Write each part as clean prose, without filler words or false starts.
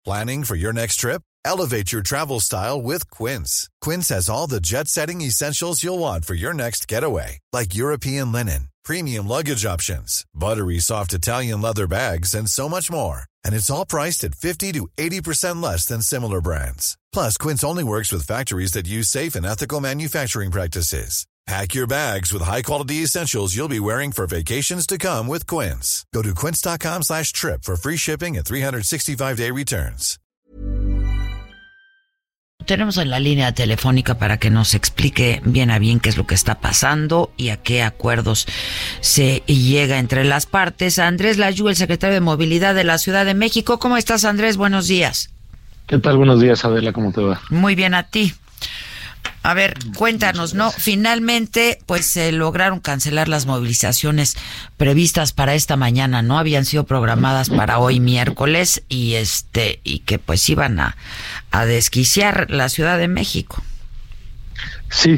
Planning for your next trip? Elevate your travel style with Quince. Quince has all the jet-setting essentials you'll want for your next getaway, like European linen, premium luggage options, buttery soft Italian leather bags, and so much more. And it's all priced at 50 to 80% less than similar brands. Plus, Quince only works with factories that use safe and ethical manufacturing practices. Pack your bags with high-quality essentials you'll be wearing for vacations to come with Quince. Go to quince.com/trip for free shipping and 365-day returns. Tenemos en la línea telefónica para que nos explique bien a bien qué es lo que está pasando y a qué acuerdos se llega entre las partes. Andrés Layú, el secretario de Movilidad de la Ciudad de México. ¿Cómo estás, Andrés? Buenos días. ¿Qué tal? Buenos días, Adela. ¿Cómo te va? Muy bien, a ti. A ver, cuéntanos, ¿no? Finalmente, pues se lograron cancelar las movilizaciones previstas para esta mañana, ¿no? Habían sido programadas para hoy miércoles y que pues iban a desquiciar la Ciudad de México. Sí,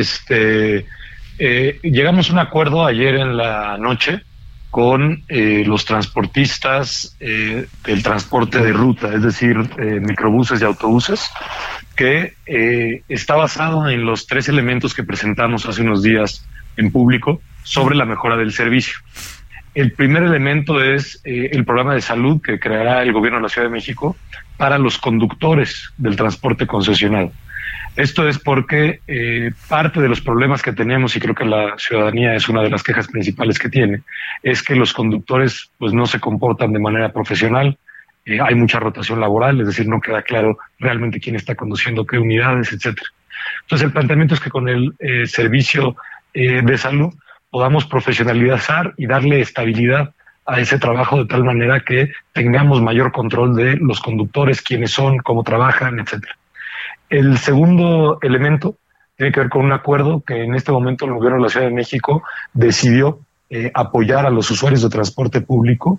llegamos a un acuerdo ayer en la noche con los transportistas del transporte de ruta, es decir, microbuses y autobuses, que está basado en los 3 elementos que presentamos hace unos días en público sobre la mejora del servicio. El primer elemento es el programa de salud que creará el gobierno de la Ciudad de México para los conductores del transporte concesionado. Esto es porque parte de los problemas que tenemos, y creo que la ciudadanía es una de las quejas principales que tiene, es que los conductores pues no se comportan de manera profesional. Hay mucha rotación laboral, es decir, no queda claro realmente quién está conduciendo qué unidades, etcétera. Entonces, el planteamiento es que con el servicio de salud podamos profesionalizar y darle estabilidad a ese trabajo de tal manera que tengamos mayor control de los conductores, quiénes son, cómo trabajan, etcétera. El segundo elemento tiene que ver con un acuerdo que en este momento el gobierno de la Ciudad de México decidió apoyar a los usuarios de transporte público,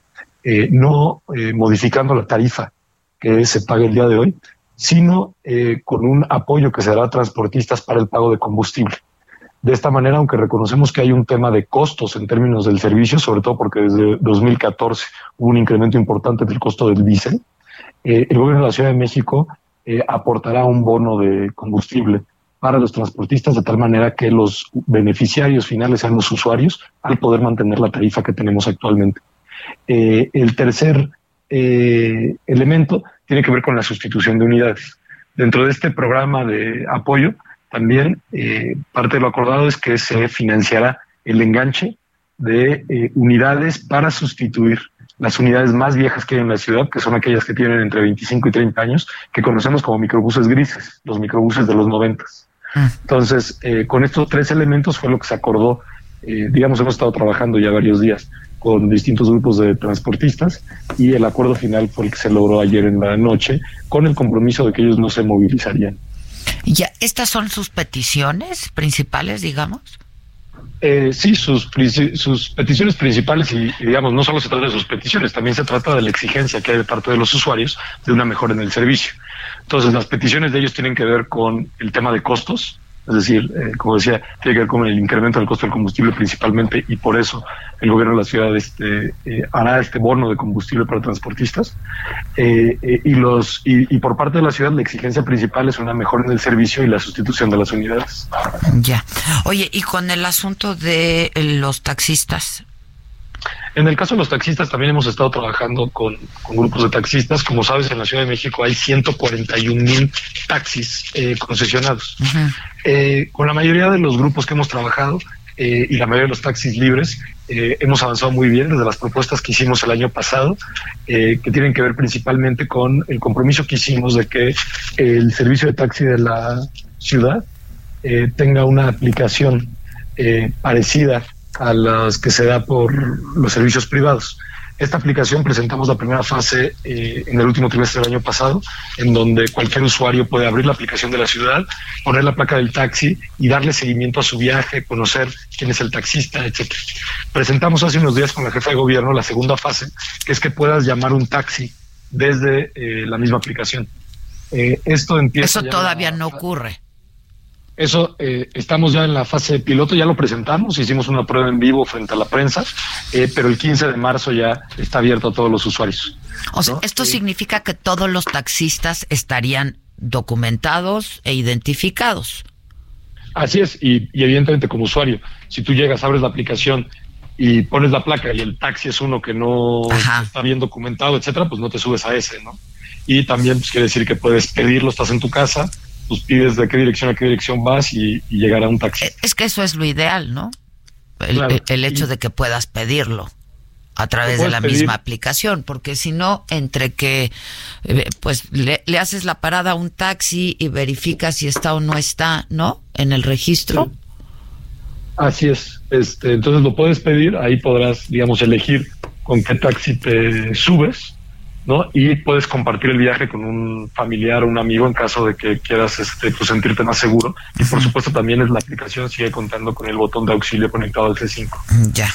no modificando la tarifa que se paga el día de hoy, sino con un apoyo que se dará a transportistas para el pago de combustible. De esta manera, aunque reconocemos que hay un tema de costos en términos del servicio, sobre todo porque desde 2014 hubo un incremento importante del costo del diésel, el gobierno de la Ciudad de México aportará un bono de combustible para los transportistas de tal manera que los beneficiarios finales sean los usuarios al poder mantener la tarifa que tenemos actualmente. El tercer elemento tiene que ver con la sustitución de unidades. Dentro de este programa de apoyo, también parte de lo acordado es que se financiará el enganche de unidades para sustituir las unidades más viejas que hay en la ciudad, que son aquellas que tienen entre 25 y 30 años, que conocemos como microbuses grises, los microbuses de los 90s. Entonces, con estos 3 elementos fue lo que se acordó. Hemos estado trabajando ya varios días con distintos grupos de transportistas y el acuerdo final fue el que se logró ayer en la noche, con el compromiso de que ellos no se movilizarían. Ya, ¿estas son sus peticiones principales, digamos? Sí, sus peticiones principales y no solo se trata de sus peticiones, también se trata de la exigencia que hay de parte de los usuarios de una mejora en el servicio. Entonces, las peticiones de ellos tienen que ver con el tema de costos, es decir, como decía, tiene que ver con el incremento del costo del combustible principalmente, y por eso el gobierno de la ciudad hará este bono de combustible para transportistas. Y por parte de la ciudad la exigencia principal es una mejora en el servicio y la sustitución de las unidades. Ya. Oye, ¿y con el asunto de los taxistas? En el caso de los taxistas también hemos estado trabajando con grupos de taxistas. Como sabes, en la Ciudad de México hay 141,000 taxis concesionados. Uh-huh. Con la mayoría de los grupos que hemos trabajado y la mayoría de los taxis libres, hemos avanzado muy bien desde las propuestas que hicimos el año pasado, que tienen que ver principalmente con el compromiso que hicimos de que el servicio de taxi de la ciudad tenga una aplicación parecida a las que se da por los servicios privados. Esta aplicación presentamos la primera fase en el último trimestre del año pasado, en donde cualquier usuario puede abrir la aplicación de la ciudad, poner la placa del taxi y darle seguimiento a su viaje, conocer quién es el taxista, etcétera. Presentamos hace unos días con la jefa de gobierno la segunda fase, que es que puedas llamar un taxi desde la misma aplicación. Esto empieza. Eso todavía no ocurre. Eso, estamos ya en la fase de piloto, ya lo presentamos, hicimos una prueba en vivo frente a la prensa, pero el 15 de marzo ya está abierto a todos los usuarios. O sea, ¿no? Esto significa que todos los taxistas estarían documentados e identificados. Así es, y evidentemente como usuario, si tú llegas, abres la aplicación y pones la placa y el taxi es uno que no está bien documentado, etcétera, pues no te subes a ese, ¿no? Y también pues, quiere decir que puedes pedirlo, estás en tu casa, pues pides de qué dirección a qué dirección vas y llegará un taxi. Es que eso es lo ideal, ¿no? El hecho de que puedas pedirlo a través de la misma aplicación, porque si no, entre que pues le haces la parada a un taxi y verificas si está o no está, ¿no? En el registro. Así es. Entonces lo puedes pedir, ahí podrás, digamos, elegir con qué taxi te subes, ¿no? Y puedes compartir el viaje con un familiar o un amigo en caso de que quieras pues sentirte más seguro. Y por supuesto también la aplicación sigue contando con el botón de auxilio conectado al C5. Ya.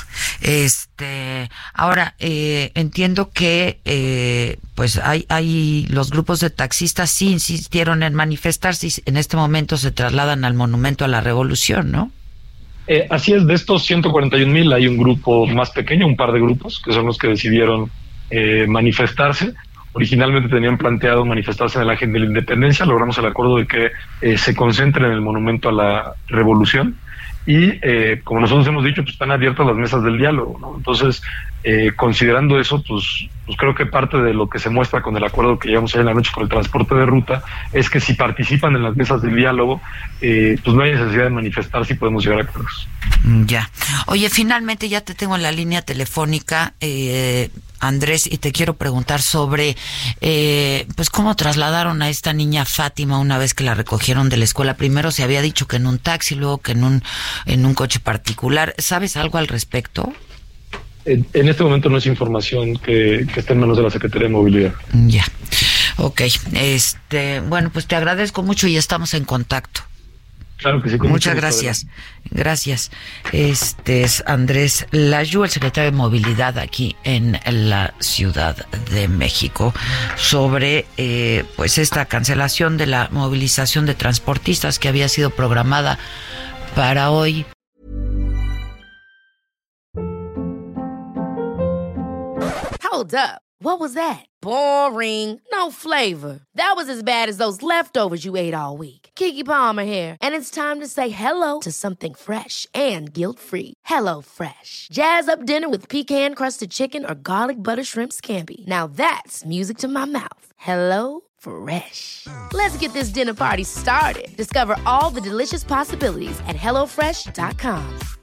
Ahora, entiendo que pues hay los grupos de taxistas sí insistieron en manifestarse y en este momento se trasladan al Monumento a la Revolución, ¿no? Así es, de estos 141,000 hay un grupo más pequeño, un par de grupos, que son los que decidieron manifestarse. Originalmente tenían planteado manifestarse en el Ángel de la Independencia, logramos el acuerdo de que se concentren en el Monumento a la Revolución y como nosotros hemos dicho, pues están abiertas las mesas del diálogo, ¿no? Entonces, considerando eso, pues creo que parte de lo que se muestra con el acuerdo que llevamos ayer en la noche con el transporte de ruta es que si participan en las mesas del diálogo, pues no hay necesidad de manifestarse y podemos llegar a acuerdos. Ya. Oye, finalmente ya te tengo en la línea telefónica, Andrés, y te quiero preguntar sobre pues cómo trasladaron a esta niña Fátima una vez que la recogieron de la escuela. Primero se había dicho que en un taxi, luego que en un coche particular. ¿Sabes algo al respecto? En este momento no es información que esté en manos de la Secretaría de Movilidad. Ya. Ok. Bueno, pues te agradezco mucho y estamos en contacto. Claro que sí. Muchas gracias. Gracias. Es Andrés Layú, el secretario de Movilidad aquí en la Ciudad de México, sobre pues esta cancelación de la movilización de transportistas que había sido programada para hoy. Hold up. What was that? Boring. No flavor. That was as bad as those leftovers you ate all week. Keke Palmer here, and it's time to say hello to something fresh and guilt-free. Hello Fresh. Jazz up dinner with pecan-crusted chicken or garlic butter shrimp scampi. Now that's music to my mouth. Hello Fresh. Let's get this dinner party started. Discover all the delicious possibilities at HelloFresh.com.